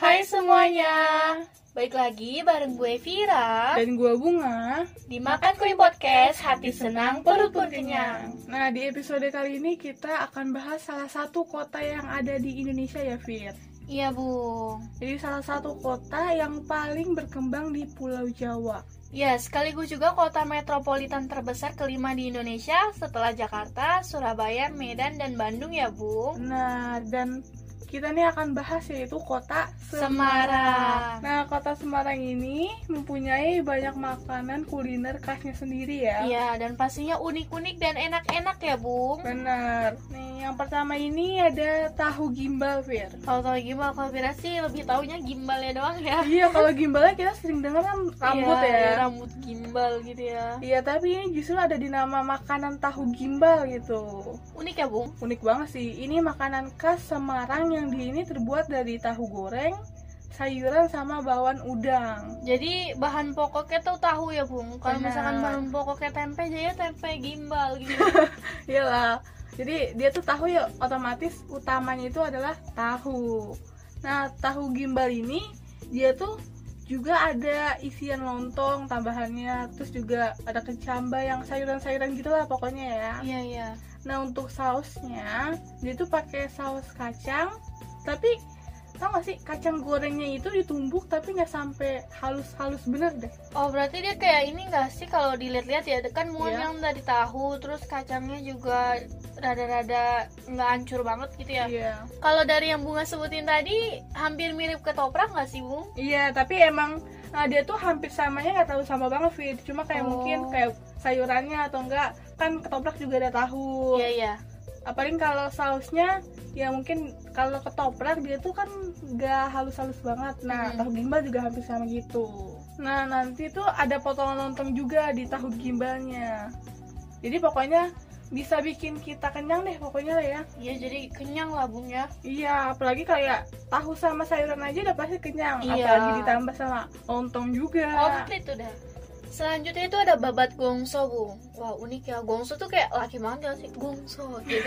Hai semuanya, balik lagi bareng gue Vira dan gue Bunga di Makan Kuy Podcast, hati senang, perut pun kenyang. Nah, di episode kali ini kita akan bahas salah satu kota yang ada di Indonesia ya, Fir. Iya, Bung. Jadi salah satu kota yang paling berkembang di Pulau Jawa. Ya, sekaligus juga kota metropolitan terbesar kelima di Indonesia setelah Jakarta, Surabaya, Medan, dan Bandung ya, Bung. Nah, dan kita nih akan bahas yaitu kota Semarang. Nah, kota Semarang ini mempunyai banyak makanan kuliner khasnya sendiri ya. Iya, dan pastinya unik-unik dan enak-enak ya, Bung. Bener. Nih, yang pertama ini ada tahu gimbal, Fir. Kalau tahu gimbal, kalau Vira sih lebih taunya gimbalnya doang ya. Iya, kalau gimbalnya kita sering dengar kan rambut Iya, ya. rambut gimbal gitu ya. Iya, tapi ini justru ada di nama makanan tahu gimbal gitu. Unik ya, Bung? Unik banget sih. Ini makanan khas Semarang yang ini terbuat dari tahu goreng, sayuran sama bawang udang. Jadi bahan pokoknya tuh tahu ya, Bung. Kalau Benar. misalkan bahan pokoknya tempe, jadi tempe gimbal gitu. Iyalah. Jadi dia tuh tahu ya, otomatis utamanya itu adalah tahu. Nah, tahu gimbal ini dia tuh juga ada isian lontong tambahannya, terus juga ada kecamba yang sayuran-sayuran gitulah pokoknya ya. Iya, iya. Nah, untuk sausnya dia tuh pakai saus kacang, tapi tau gak sih, kacang gorengnya itu ditumbuk tapi nggak sampai halus-halus bener deh. Oh, berarti dia kayak ini nggak sih kalau dilihat-lihat ya, kan muat Iya. yang dari tahu, terus kacangnya juga rada-rada nggak hancur banget gitu ya. Iya. Kalau dari yang Bunga sebutin tadi, hampir mirip ketoprak nggak sih, Bung? Iya, tapi emang dia tuh hampir samanya nggak terlalu sama banget, Fit. Cuma kayak mungkin kayak sayurannya atau enggak, kan ketoprak juga ada tahu. Iya, iya. Apalagi kalau sausnya ya mungkin kalau ketoprak dia tuh kan nggak halus-halus banget. Nah, tahu gimbal juga hampir sama gitu. Nah, nanti tuh ada potongan lontong juga di tahu gimbalnya. Jadi pokoknya bisa bikin kita kenyang deh pokoknya lah ya. Iya, jadi kenyang lah, Bung ya. Iya, apalagi kayak tahu sama sayuran aja udah pasti kenyang. Iya. Apalagi ditambah sama lontong juga. Komplit udah. Selanjutnya itu ada babat gongso, Bung. Wah, unik ya. Gongso tuh kayak laki banget gak sih? Gongso gitu.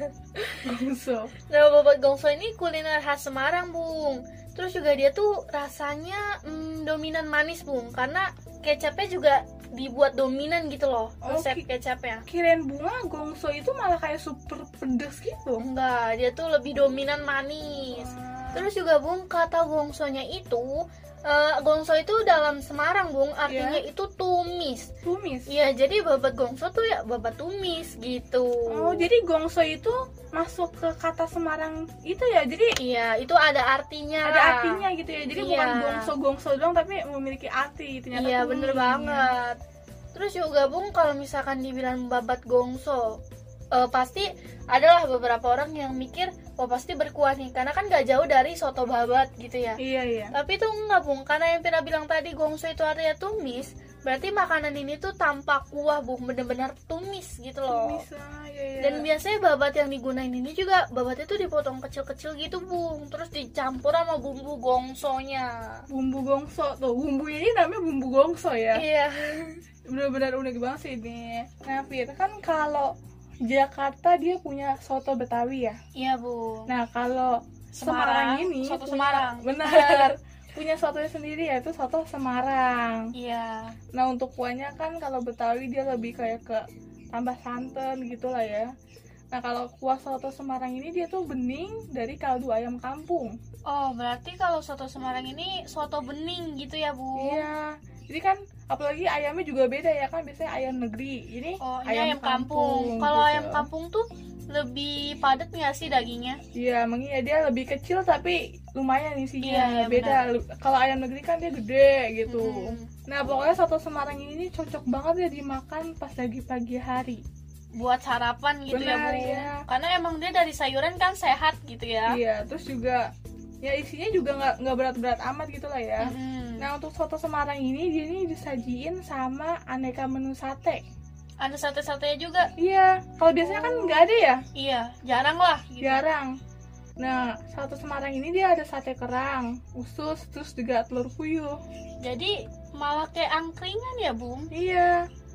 Gongso. Nah, babat gongso ini kuliner khas Semarang, Bung. Terus juga dia tuh rasanya dominan manis, Bung. Karena kecapnya juga dibuat dominan gitu loh, resep kecapnya. Kirain Bunga gongso itu malah kayak super pedes gitu. Enggak, dia tuh lebih dominan manis. Terus juga, Bung, kata gongsonya itu gongso itu dalam Semarang, Bung, artinya itu tumis. Tumis? Iya, jadi babat gongso tuh ya babat tumis gitu. Oh, jadi gongso itu masuk ke kata Semarang itu ya? Jadi Iya, itu ada artinya. ada artinya gitu ya? Jadi bukan gongso-gongso doang, tapi memiliki arti ternyata. Iya, tumis. bener banget. Terus juga, Bung, kalau misalkan dibilang babat gongso, pasti adalah beberapa orang yang mikir, oh pasti berkuah nih, karena kan gak jauh dari soto babat gitu ya. Iya, iya. Tapi itu enggak, Bung, karena yang Pira bilang tadi gongso itu artinya tumis, berarti makanan ini tuh tanpa kuah, Bung, bener-bener tumis gitu loh. Tumis, iya. Dan biasanya babat yang digunain ini juga babatnya tuh dipotong kecil-kecil gitu, Bung, terus dicampur sama bumbu gongsonya. Bumbu gongso tuh, bumbu ini namanya bumbu gongso ya. Iya. Benar-benar unik banget sih ini. Nah, Fit, kan kalau Jakarta dia punya soto Betawi ya. Iya, Bung. Nah, kalau Semarang ini soto punya- Semarang. benar punya sotonya sendiri, yaitu soto Semarang. Iya. Nah, untuk kuahnya kan kalau Betawi dia lebih kayak ke tambah santan gitu lah ya. Nah, kalau kuah soto Semarang ini dia tuh bening dari kaldu ayam kampung. Oh, berarti kalau soto Semarang ini soto bening gitu ya, Bung? Iya. Jadi kan apalagi ayamnya juga beda ya, kan biasanya ayam negeri. Ini Oh, ini ayam kampung. Kalau gitu. ayam kampung tuh lebih padat nggak sih dagingnya? Iya, makanya dia lebih kecil tapi lumayan isinya. Iya, beda. Kalau ayam negeri kan dia gede gitu. Mm-mm. Nah, pokoknya soto Semarang ini cocok banget ya dimakan pas lagi pagi hari. Buat sarapan gitu ya, Benar, Bung? iya. Karena emang dia dari sayuran kan sehat gitu ya. Iya, terus juga ya isinya juga nggak berat-berat amat gitu lah ya. Mm-mm. Nah, untuk soto Semarang ini dia ini disajiin sama aneka menu sate. Ada sate-satenya juga? Iya, kalau biasanya kan nggak ada ya. Iya, jarang lah gitu. Jarang. Nah, soto Semarang ini dia ada sate kerang, usus, terus juga telur puyuh. Jadi malah kayak angkringan ya, Bung? Iya.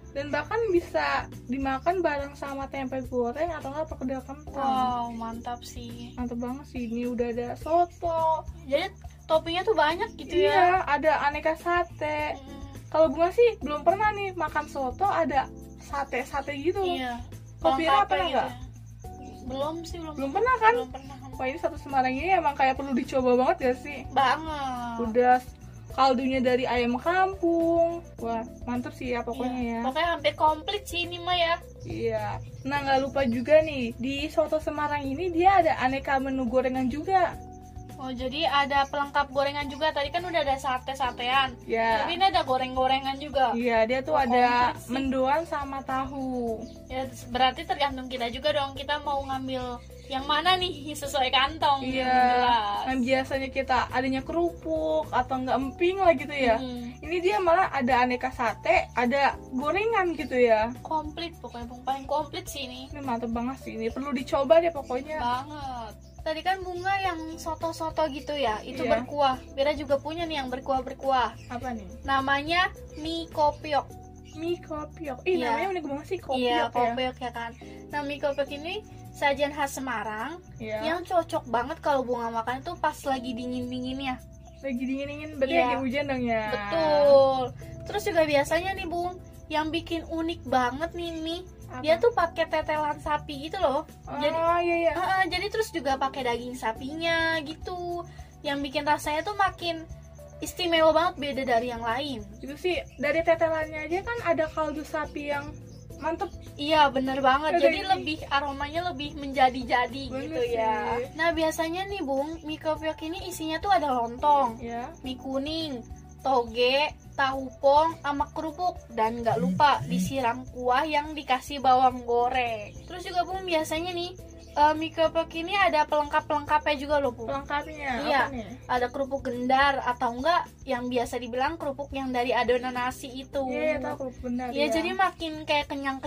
Dan bahkan bisa dimakan bareng sama tempe goreng atau enggak perkedel kentang. Wow, mantap sih. Mantap banget sih. Ini udah ada soto. Jadi toppingnya tuh banyak gitu ya. Iya, ada aneka sate. Kalau Bunga sih belum pernah nih makan soto ada sate gitu. Iya. Kok Vira pernah gitu nggak? ya. Belum sih, Belum pernah kan? Belum pernah. Wah, ini Soto Semarang ini emang kayak perlu dicoba banget gak sih? Banget. Udah kaldunya dari ayam kampung. Wah, mantep sih ya pokoknya Iya. ya. Pokoknya hampir komplit sih ini mah ya. Iya. Nah, nggak lupa juga nih, di Soto Semarang ini dia ada aneka menu gorengan juga. Oh, jadi ada pelengkap gorengan juga. Tadi kan udah ada sate-satean. Ya. Tapi ini ada goreng-gorengan juga. Iya, dia tuh Oh, ada komplit sih. mendoan sama tahu. Ya, berarti tergantung kita juga dong. Kita mau ngambil yang mana nih sesuai kantong. Iya. yang jelas. Yang biasanya kita adanya kerupuk atau nggak emping lah gitu ya. Ini dia malah ada aneka sate, ada gorengan gitu ya. Komplit pokoknya, Bung. Paling komplit sih ini. Ini mantep banget sih, ini perlu dicoba deh pokoknya. Banget. Tadi kan Bunga yang soto-soto gitu ya, itu Iya. berkuah. Bira juga punya nih yang berkuah-berkuah. Apa nih? Namanya mie kopiok. Mie kopiok. Ih, Iya. namanya unik banget sih, kopiok Iya, ya. kopiok ya kan. Nah, mie kopiok ini sajian khas Semarang Iya. yang cocok banget kalau Bunga makan itu pas lagi dingin-dinginnya. Lagi dingin-dingin, berarti Iya. lagi hujan dong ya. Betul. Terus juga biasanya nih, Bung, yang bikin unik banget nih mie, Apa? dia tuh pakai tetelan sapi gitu loh. Jadi Iya. jadi terus juga pakai daging sapinya gitu. Yang bikin rasanya tuh makin istimewa banget, beda dari yang lain. Itu sih dari tetelannya aja kan ada kaldu sapi yang mantep. Iya, bener banget. Ada Jadi ini. lebih aromanya lebih menjadi-jadi Bener gitu ya. sih. Nah, biasanya nih, Bung, mie kopiok ini isinya tuh ada lontong, Ya. mie kuning, toge, tahu pong, sama kerupuk, dan nggak lupa disiram kuah yang dikasih bawang goreng. Terus juga, Bung, biasanya nih mie kopiok ini ada pelengkap-pelengkapnya juga loh, Bung. Pelengkapnya Iya. apa nih? Ada kerupuk gendar atau enggak yang biasa dibilang kerupuk yang dari adonan nasi itu. Iya, tahu kerupuk benar Iya, ya. jadi makin kayak kenyang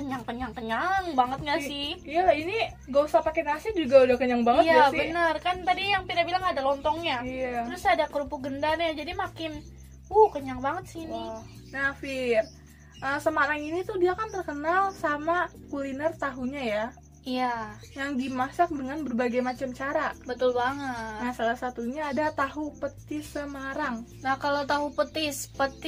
banget nggak sih? Iya, ini gak usah pakai nasi juga udah kenyang banget Iya, gak sih? benar. Kan tadi yang Pira bilang ada lontongnya. Iya. Terus ada kerupuk gendarnya, jadi makin kenyang banget sih ini. Wah. Nah, Fir, Semarang ini tuh dia kan terkenal sama kuliner tahunya ya, Iya, yang dimasak dengan berbagai macam cara. betul banget. Nah, salah satunya ada tahu petis Semarang. Nah, kalau tahu petis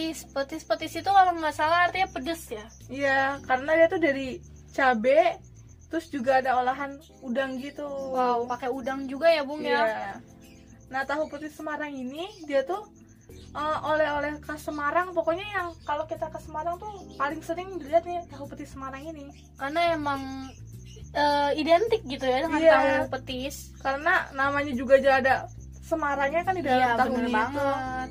itu kalau nggak salah artinya pedes ya. Iya, karena dia tuh dari cabe, terus juga ada olahan udang gitu. Wow, pakai udang juga ya, Bung ya. Iya. Nah, tahu petis Semarang ini dia tuh oleh-oleh khas Semarang. Pokoknya yang kalau kita ke Semarang tuh paling sering dilihat nih tahu petis Semarang ini. Karena emang identik gitu ya dengan Iya. tahu petis. Karena namanya juga aja ada Semarangnya kan di dalam Iya, tahu bener itu. banget.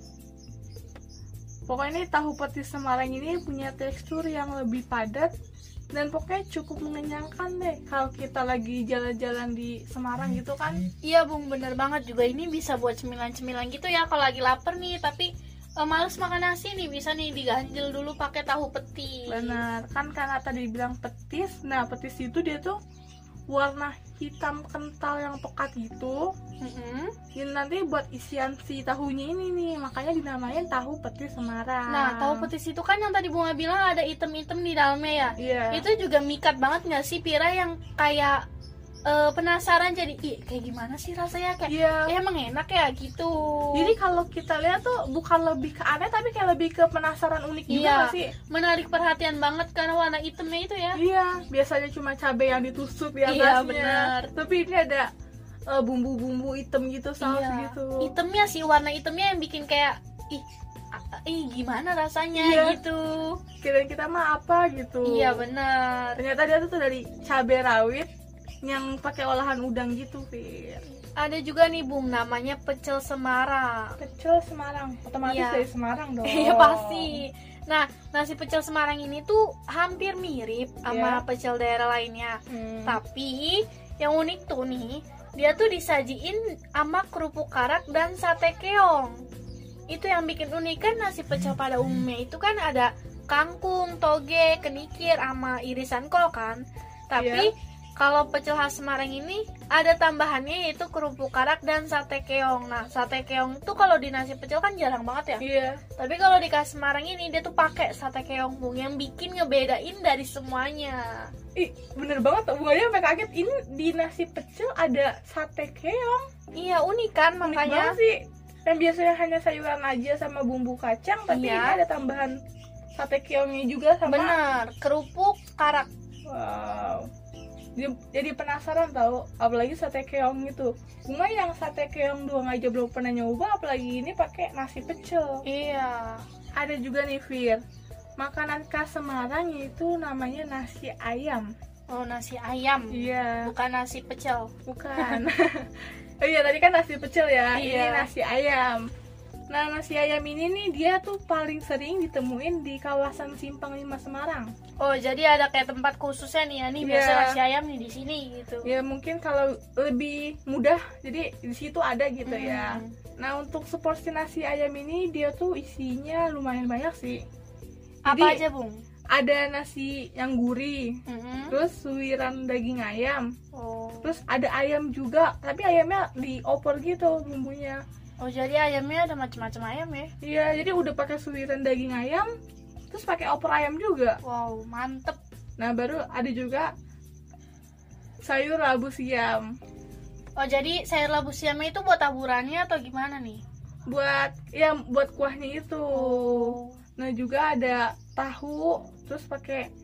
Pokoknya ini tahu petis Semarang ini punya tekstur yang lebih padat dan pokoknya cukup mengenyangkan deh kalau kita lagi jalan-jalan di Semarang gitu kan. Iya, Bung, bener banget. Juga ini bisa buat cemilan-cemilan gitu ya kalau lagi lapar nih, tapi males makan nasi nih, bisa nih diganjel dulu pakai tahu petis. Benar, kan karena tadi bilang petis. Nah, petis itu dia tuh warna hitam kental yang pekat gitu. Ini nanti buat isian si tahunya ini nih, makanya dinamain tahu petis Semarang. Nah, tahu petis itu kan yang tadi Bunga bilang ada item-item di dalamnya ya. Iya. Itu juga mikat banget nggak sih, Pira, yang kayak penasaran jadi, kayak gimana sih rasanya, kayak Iya. emang enak ya gitu. Jadi kalau kita lihat tuh bukan lebih ke aneh tapi kayak lebih ke penasaran unik juga Iya. nggak sih? Menarik perhatian banget karena warna hitamnya itu ya. Iya, biasanya cuma cabai yang ditusuk di atasnya. Iya, benar. Tapi ini ada bumbu-bumbu hitam gitu, saus Iya. gitu. Hitamnya sih, warna hitamnya yang bikin kayak gimana rasanya Iya. gitu. Kirain kita mah apa gitu. Iya, benar. Ternyata dia tuh dari cabai rawit yang pakai olahan udang gitu, Fir. Ada juga nih, Bung, namanya pecel Semarang. Pecel Semarang, otomatis Iya. dari Semarang dong. Iya, pasti. Nah, nasi pecel Semarang ini tuh hampir mirip sama Iya. pecel daerah lainnya. Tapi yang unik tuh nih, dia tuh disajiin sama kerupuk karak dan sate keong. Itu yang bikin unik. Kan nasi pecel pada umumnya itu kan ada kangkung, toge, kenikir, sama irisan kol kan. Tapi Kalau pecel khas Semarang ini ada tambahannya yaitu kerupuk karak dan sate keong. Nah, sate keong itu kalau di nasi pecel kan jarang banget ya. Iya. Tapi kalau di khas Semarang ini dia tuh pakai sate keong, Bung, yang bikin ngebedain dari semuanya. Ih, bener banget, Bung aja sampai kaget. Ini di nasi pecel ada sate keong. Iya, unik kan Unik makanya. banget sih. Yang biasanya hanya sayuran aja sama bumbu kacang, tapi Iya. ini ada tambahan sate keongnya juga sama. Bener, kerupuk karak. Wow. Jadi penasaran tahu, apalagi sate keong itu. Bunga yang sate keong doang aja belum pernah nyoba, apalagi ini pakai nasi pecel. Iya. Ada juga nih Fir, makanan khas Semarang itu namanya nasi ayam. Oh, nasi ayam. Iya, Bukan nasi pecel. bukan. Oh iya, tadi kan nasi pecel ya. Ini Iya. nasi ayam. Nah, nasi ayam ini nih dia tuh paling sering ditemuin di kawasan Simpang 5 Semarang. Oh, jadi ada kayak tempat khususnya nih ya. Nih biasa Iya. nasi ayam nih di sini gitu. Ya mungkin kalau lebih mudah, jadi di situ ada gitu ya. Hmm. Nah, untuk seporsi nasi ayam ini dia tuh isinya lumayan banyak sih. Apa Jadi, aja, Bung? ada nasi yang gurih, Mm-mm. terus suiran daging ayam, Oh. terus ada ayam juga, tapi ayamnya dioper gitu bumbunya. Oh, jadi ayamnya ada macam-macam ayam ya. Iya, jadi udah pakai suiran daging ayam, terus pakai opor ayam juga. Wow, mantep. Nah, baru ada juga sayur labu siam. Oh, jadi sayur labu siamnya itu buat taburannya atau gimana nih? Buat kuahnya itu. Oh. Nah, juga ada tahu, terus pakai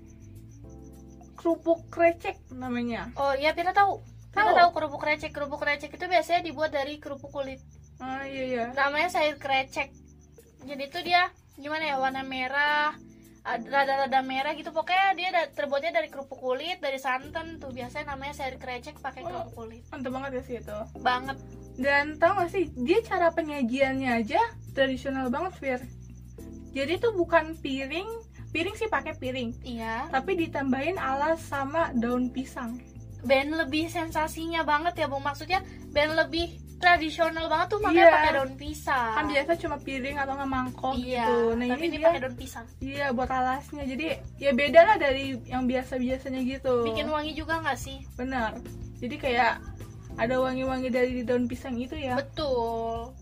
kerupuk krecek namanya. Oh, iya, Pira tahu. Pira Tahu. tahu kerupuk krecek. Kerupuk krecek itu biasanya dibuat dari kerupuk kulit. Ah, iya. Namanya sayur krecek. Jadi itu dia gimana ya, warna merah, rada-rada merah gitu. Pokoknya dia terbuatnya dari kerupuk kulit, dari santan tuh. Biasanya namanya sayur krecek pakai kerupuk kulit. Mantap banget ya sih itu. Banget. Dan tau gak sih, dia cara penyajiannya aja tradisional banget, Fir. Jadi tuh bukan piring sih pakai piring, Iya. tapi ditambahin alas sama daun pisang. Band lebih sensasinya banget ya, Bung. Maksudnya band lebih tradisional banget tuh, makanya Iya. pakai daun pisang. Kan biasa cuma piring atau nggak mangkok Iya, gitu. Nah, tapi ini dia pakai daun pisang. iya buat alasnya. Jadi ya beda lah dari yang biasa-biasanya gitu. Bikin wangi juga nggak sih? Benar. Jadi kayak ada wangi-wangi dari daun pisang itu ya. Betul.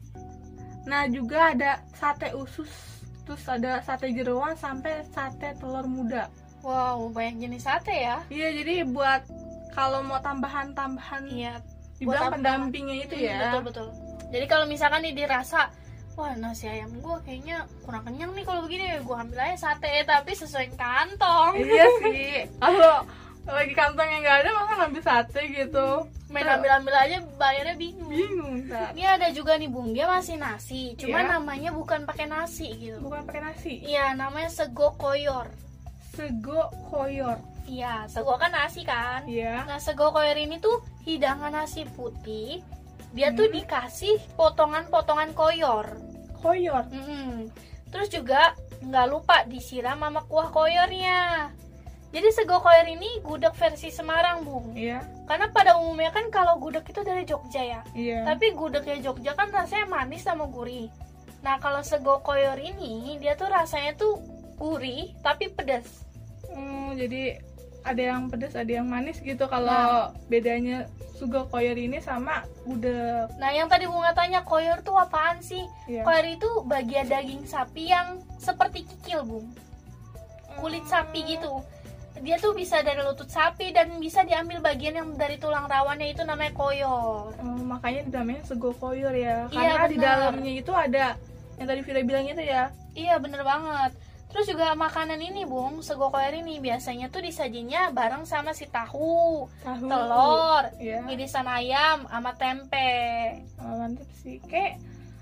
Nah, juga ada sate usus, terus ada sate jeroan sampai sate telur muda. Wow, banyak jenis sate ya. Iya, jadi buat kalau mau tambahan-tambahan Iya. dibilang Buat pendampingnya itu ya. Betul. Jadi kalau misalkan nih dirasa, wah nasi ayam gue kayaknya kurang kenyang nih kalau begini, gue ambil aja sate, tapi sesuai kantong. Iya sih. Kalau lagi kantongnya nggak ada, masa ngambil sate gitu. Main ambil-ambil aja, bayarnya bingung. Bingung, Tat. Ini ada juga nih, Bung, dia masih nasi, cuma Iya. namanya bukan pakai nasi gitu. Bukan pakai nasi. Iya, namanya sego koyor. Sego koyor. Iya, sego kan nasi kan. Iya. Nah, sego koyor ini tuh hidangan nasi putih. Dia tuh dikasih potongan-potongan koyor. Koyor. Terus juga nggak lupa disiram sama kuah koyornya. Jadi sego koyor ini gudeg versi Semarang, Bung. Iya. Karena pada umumnya kan kalau gudeg itu dari Jogja ya. Iya. Tapi gudegnya Jogja kan rasanya manis sama gurih. Nah, kalau sego koyor ini dia tuh rasanya tuh gurih tapi pedas. Jadi ada yang pedas, ada yang manis gitu. Kalau bedanya sego koyor ini sama gudeg. Nah, yang tadi Bunga tanya, koyor tuh apaan sih? Iya. Koyor itu bagian daging sapi yang seperti kikil, Bung. Kulit sapi gitu. Dia tuh bisa dari lutut sapi dan bisa diambil bagian yang dari tulang rawannya, itu namanya koyor. Makanya namanya sego koyor ya. Iya, Karena di bener. dalamnya itu ada yang tadi Vira bilang itu ya. Iya, bener banget. Terus juga makanan ini, Bung, sego koyor ini biasanya tuh disajinya bareng sama si tahu, telur, Iya. irisan ayam, sama tempe. Mantep sih. Kayak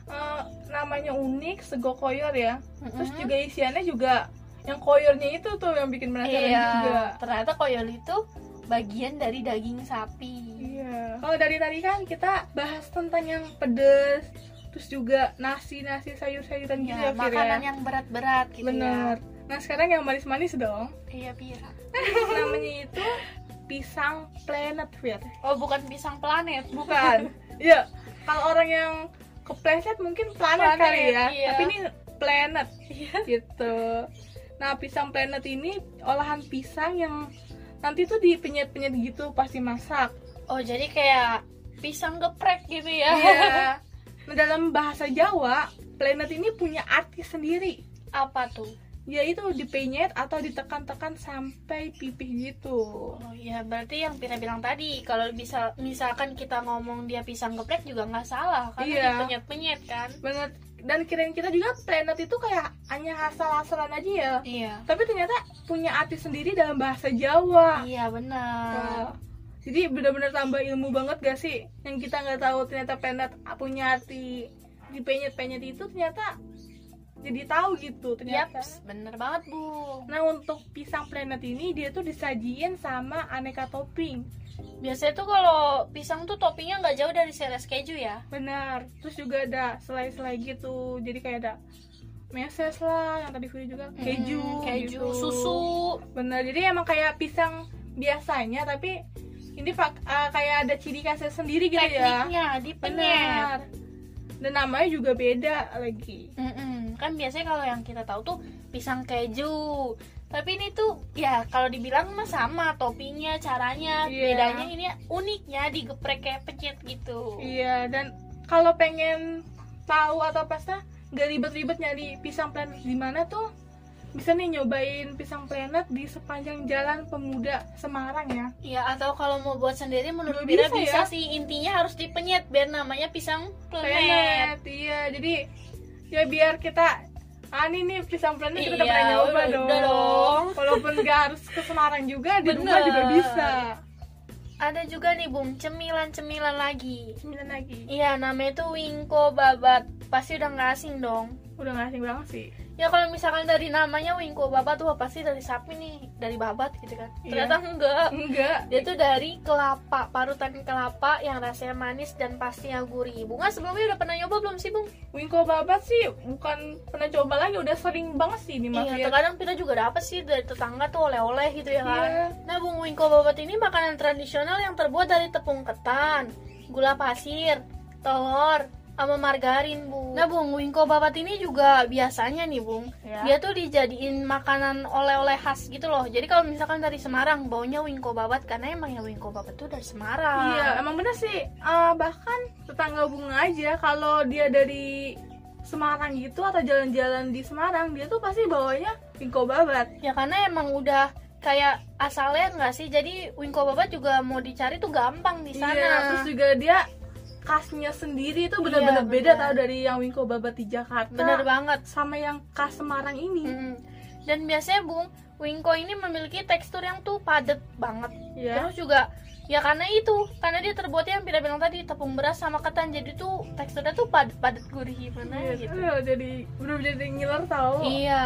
namanya unik, sego koyor ya. Terus juga isiannya juga yang koyornya itu tuh yang bikin penasaran juga. Iya, ternyata koyor itu bagian dari daging sapi. Iya. Kalau dari tadi kan kita bahas tentang yang pedes, terus juga nasi sayur-sayuran gitu ya, Fir, makanan ya? yang berat-berat gitu. Bener. Ya. Nah, sekarang yang manis-manis dong. Iya, Pira. Namanya itu pisang planet, Fir. Oh, bukan pisang planet. Bukan. Iya. Kalau orang yang kepleset mungkin planet kali ya. iya. Tapi ini planet. Gitu. Nah, pisang planet ini olahan pisang yang nanti tuh dipenyet-penyet gitu pasti masak. Oh, jadi kayak pisang geprek gitu ya. Iya. Nah, dalam bahasa Jawa, planet ini punya arti sendiri. Apa tuh? Yaitu dipenyet atau ditekan-tekan sampai pipih gitu. Oh iya, berarti yang Pira bilang tadi, kalau misalkan kita ngomong dia pisang geprek juga nggak salah, karena Iya. dipenyet-penyet kan. Bener. Dan kirain kita juga planet itu kayak hanya asal-asalan aja ya. Iya. Tapi ternyata punya arti sendiri dalam bahasa Jawa. Iya benar. Wah. Jadi benar-benar tambah ilmu banget gak sih? Yang kita nggak tahu ternyata planet punya arti dipenyet-penyet itu ternyata jadi tahu gitu ternyata. Yaps, bener banget Bu. Nah, untuk pisang planet ini dia tuh disajiin sama aneka topping. Biasanya tuh kalau pisang tuh toppingnya nggak jauh dari seres keju ya. Benar. Terus juga ada selai-selai gitu. Jadi kayak ada meses lah yang tadi video juga keju, keju, gitu. susu. Benar. Jadi emang kayak pisang biasanya tapi ini kayak ada ciri khasnya sendiri gitu ya. Tekniknya dipenyet. Benar. Dan namanya juga beda lagi. Kan biasanya kalau yang kita tahu tuh pisang keju. Tapi ini tuh ya kalau dibilang mah sama toppingnya, caranya. Iya. Bedanya ini uniknya digeprek kayak penyet gitu. Iya, dan kalau pengen tahu atau pasnya nggak ribet-ribet nyari pisang planet di mana tuh, bisa nih nyobain pisang planet di sepanjang Jalan Pemuda Semarang ya. Iya, atau kalau mau buat sendiri menurut Juga Bira bisa bisa ya. sih. Intinya harus dipenyet biar namanya pisang planet. Planet, iya. Jadi ya biar kita nih pisang planet kita udah Iya, pernah nyoba udah dong. Walaupun nggak harus ke Semarang juga, di rumah Bener. juga bisa. Ada juga nih Bung, cemilan-cemilan lagi. 9 lagi. Iya, namanya tuh wingko babat. Pasti udah nggak asing dong. Udah nggak asing banget sih. Ya kalau misalkan dari namanya wingko babat tuh pasti dari sapi nih, dari babat gitu kan. Iya. Ternyata enggak. Enggak. Dia tuh dari kelapa, parutan kelapa yang rasanya manis dan pastinya gurih. Bunga sebelumnya udah pernah nyoba belum sih, Bung? Wingko babat sih bukan pernah coba lagi, udah sering banget sih ini Iya, Mafia. terkadang kita juga dapet sih dari tetangga tuh oleh-oleh gitu ya kan. Iya. Nah, Bung, wingko babat ini makanan tradisional yang terbuat dari tepung ketan, gula pasir, telur, sama margarin, Bu. Nah, Bung, wingko babat ini juga biasanya nih, Bung, Ya. dia tuh dijadiin makanan oleh-oleh khas gitu loh. Jadi kalau misalkan dari Semarang, baunya wingko babat karena emang ya wingko babat tuh dari Semarang. Iya, emang bener sih. Bahkan tetangga Bunga aja kalau dia dari Semarang gitu atau jalan-jalan di Semarang, dia tuh pasti bawanya wingko babat. Ya karena emang udah kayak asalnya nggak sih. Jadi wingko babat juga mau dicari tuh gampang di sana. Iya, terus juga dia khasnya sendiri itu benar-benar Iya, beda bener. tau dari yang wingko babat di Jakarta. Bener banget. Sama yang khas Semarang ini. Dan biasanya Bung, wingko ini memiliki tekstur yang tuh padat banget. Iya. Terus juga ya karena dia terbuatnya yang Pira bilang tadi tepung beras sama ketan, jadi tuh teksturnya tuh padat gurih gimana Iya, gitu. jadi belum jadi ngiler tau. Iya.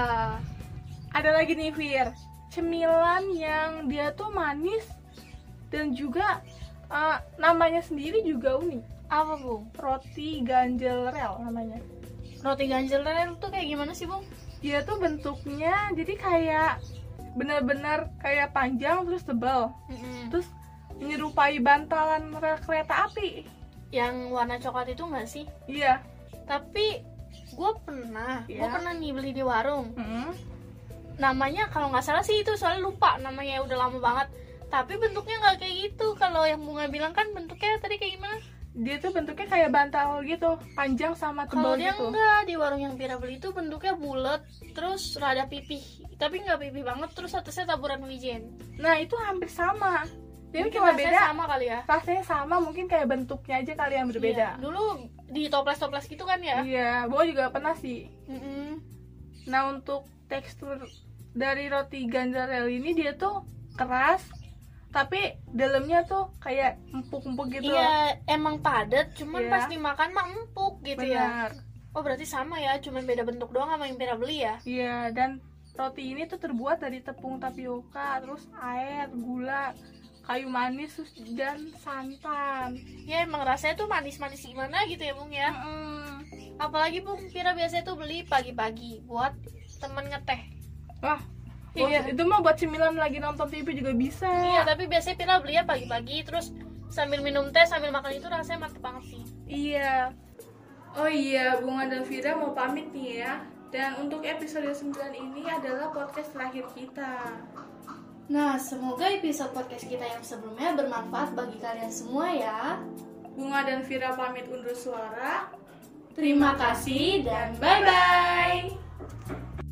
Ada lagi nih Fir, cemilan yang dia tuh manis dan juga namanya sendiri juga unik. Apa Bung? Roti ganjel rel namanya. Roti ganjel rel tuh kayak gimana sih Bung? Dia tuh bentuknya jadi kayak benar-benar kayak panjang terus tebal, terus menyerupai bantalan rel kereta api. Yang warna coklat itu nggak sih? Iya. Tapi gue pernah nih beli di warung. Namanya kalau nggak salah sih itu, soalnya lupa namanya, udah lama banget. Tapi bentuknya nggak kayak gitu. Kalau yang Bunga bilang kan bentuknya tadi kayak gimana? Dia tuh bentuknya kayak bantal gitu, panjang sama Kalau tebal dia gitu. enggak, di warung yang Pira beli itu bentuknya bulat, terus rada pipih, tapi nggak pipih banget, terus atasnya taburan wijen. Nah itu hampir sama. Dia Mungkin cuma rasanya beda. sama kali ya. Rasanya sama, mungkin kayak bentuknya aja kali yang berbeda. Iya. Dulu di toples-toples gitu kan ya. Iya, Boa juga pernah sih. Mm-mm. Nah untuk tekstur dari roti ganjel rel ini dia tuh keras, tapi dalamnya tuh kayak empuk-empuk gitu. Iya, emang padat, cuman Iya. pas dimakan mah empuk gitu ya. Benar. Oh berarti sama ya, cuman beda bentuk doang sama yang Pira beli ya. Iya, dan roti ini tuh terbuat dari tepung tapioka, terus air, gula, kayu manis, terus dan santan. Ya emang rasanya tuh manis-manis gimana gitu ya Bung ya. Apalagi Bung, Pira biasanya tuh beli pagi-pagi buat temen ngeteh. Wah, Iya. itu mah buat cemilan lagi nonton TV juga bisa. Iya, tapi biasanya Pira beli ya pagi-pagi, terus sambil minum teh, sambil makan itu rasanya mantep banget sih. Iya. Oh iya, Bunga dan Vira mau pamit nih ya. Dan untuk episode 9 ini adalah podcast terakhir kita. Nah, semoga episode podcast kita yang sebelumnya bermanfaat bagi kalian semua ya. Bunga dan Vira pamit undur suara. Terima kasih dan bye-bye.